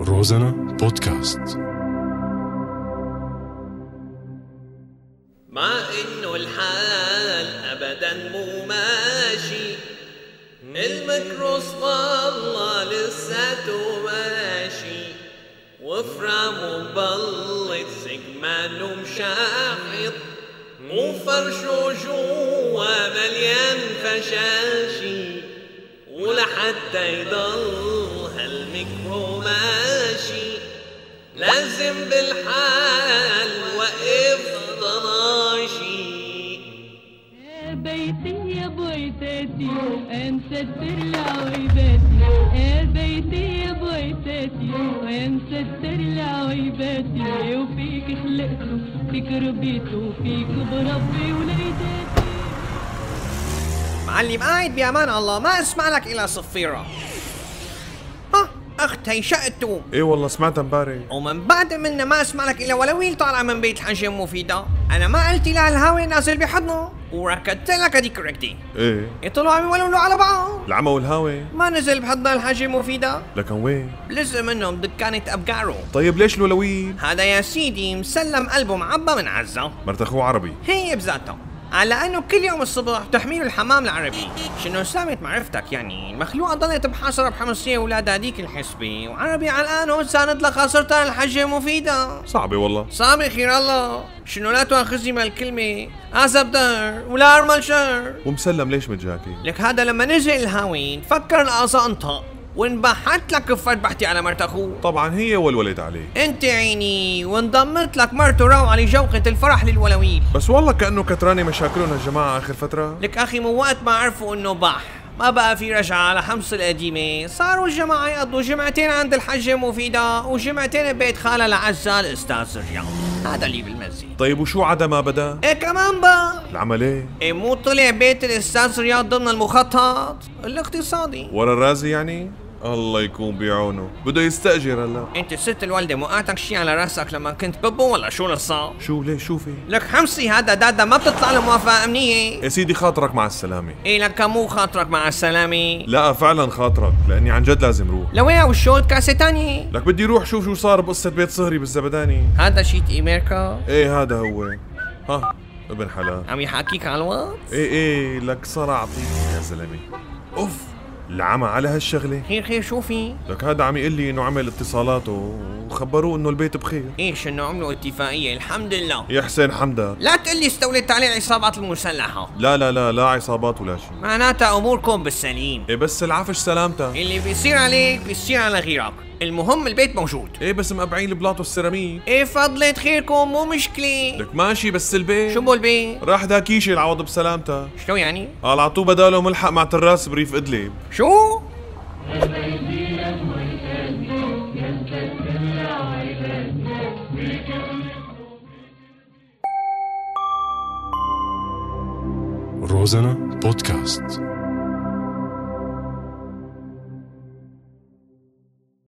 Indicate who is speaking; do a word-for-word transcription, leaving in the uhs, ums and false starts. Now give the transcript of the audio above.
Speaker 1: روزانا بودكاست.
Speaker 2: مع انه الحال ابدا مو ماشي، الميكروس والله لساته ماشي، وفرامه مبلط سجمانه مشاحط، وفرشه جوا مليان فشاشي، ولحتى يضل هالميكرو ماشي لازم بالحال وقف ضناشي.
Speaker 3: يا بيتي يا بيتاتي مسدر العويباتي، يا بيتي يا بيتاتي مسدر العويباتي، وفيك خلقته فيك ربيته فيك بربي وليداتي.
Speaker 2: معلم قاعد بأمان الله، ما اسمع لك إلا صفيرة. ها أختي شقته.
Speaker 4: ايه والله سمعتها امبارح.
Speaker 2: ومن بعد منا ما اسمع لك إلا ولويل طالع من بيت الحاجة مفيدة. أنا ما قلت لها الهاوي نازل بحضنه وركضت لك هديك ركضي.
Speaker 4: ايه
Speaker 2: يطلعوا عم يولولوا على بعض.
Speaker 4: العمى والهاوي
Speaker 2: ما نزل بحضن الحاجة مفيدة،
Speaker 4: لكن وين؟
Speaker 2: لزق منهم دكانة أبقاره.
Speaker 4: طيب ليش الولوين؟
Speaker 2: هذا يا سيدي مسلم قلبه معبى من عزة،
Speaker 4: مرت اخوه عربي.
Speaker 2: هي بذاتها، على انه كل يوم الصبح تحميل الحمام العربي. شنو سلامت معرفتك يعني، المخلوقه ضلت بحاصره بحمصيه اولادها هذيك الحسبه، وعربي علقان هون ساند لخاصرتها الحجه مفيده.
Speaker 4: صعبه والله.
Speaker 2: صعبه خير الله، شنو لا تواخذني من الكلمه، عزب دار ولا ارمل شر.
Speaker 4: ومسلم ليش متجاكي؟
Speaker 2: لك هذا لما نزل الهاوين فكر القاصة انطق وانبحت لك كفت بحتي على مرت اخوه.
Speaker 4: طبعا هي والولد عليه.
Speaker 2: انت عيني وانضمت لك مرته روعه لجوقه الفرح للولويل.
Speaker 4: بس والله كأنه كتراني مشاكلهم هالجماعة آخر فترة.
Speaker 2: لك أخي من وقت ما عرفوا إنه بح ما بقى في رجعة على حمص القديمة، صاروا الجماعة يقضوا جمعتين عند الحجة مفيدة وجمعتين ببيت خالة لعزة الأستاذ رياض. هذا اللي بالمزي.
Speaker 4: طيب وشو عدا ما بدا؟
Speaker 2: إيه كمان بقى
Speaker 4: العمل ايه؟
Speaker 2: إيه مو طلع بيت الأستاذ رياض ضمن المخطط الاقتصادي
Speaker 4: ورا الرازي يعني؟ الله يكون بعونه، بده يستأجر هلا.
Speaker 2: انت ست الوالدة موقعتك شي على راسك لما كنت ببو ولا شو القصة؟
Speaker 4: شو ليه شو في؟
Speaker 2: لك حمصي هذا دادا ما بتطلع له موافقة أمنية.
Speaker 4: يا سيدي خاطرك مع السلامة.
Speaker 2: إيه لك مو خاطرك مع السلامة.
Speaker 4: لا فعلا خاطرك، لأني عن جد لازم روح.
Speaker 2: لوين والشوط كاسة تانية.
Speaker 4: لك بدي روح شوف شو صار بقصة بيت صهري بالزبداني.
Speaker 2: هذا شيت إيميركا.
Speaker 4: ايه هذا هو. ها ابن حلال.
Speaker 2: عم يحاكيك على الواتس؟
Speaker 4: ايه ايه لك صار اعطيك يا زلمه. اوف العمى على هالشغله.
Speaker 2: خير خير شو في؟
Speaker 4: لك هذا عم يقول لي انه عمل اتصالاته وخبروه انه البيت بخير.
Speaker 2: ايش انه عملوا اتفاقيه الحمد لله.
Speaker 4: يا حسين حمدك
Speaker 2: لا تقلي استولت عليه العصابات المسلحه.
Speaker 4: لا لا لا لا عصابات ولا شيء،
Speaker 2: معناتها اموركم بالسليم.
Speaker 4: ايه بس العفش سلامتها.
Speaker 2: اللي بيصير عليك بيصير على غيرك، المهم البيت موجود.
Speaker 4: ايه بس مقبعين البلاط والسيراميك.
Speaker 2: ايه فضلت خيركم مو مشكله.
Speaker 4: لك ماشي بس البيت
Speaker 2: شو بو البيت؟
Speaker 4: راح داكيشي العوض بسلامتها.
Speaker 2: شو يعني؟
Speaker 4: قال عطوه بداله ملحق مع تراس بريف ادلب.
Speaker 2: شو؟
Speaker 1: روزانا بودكاست.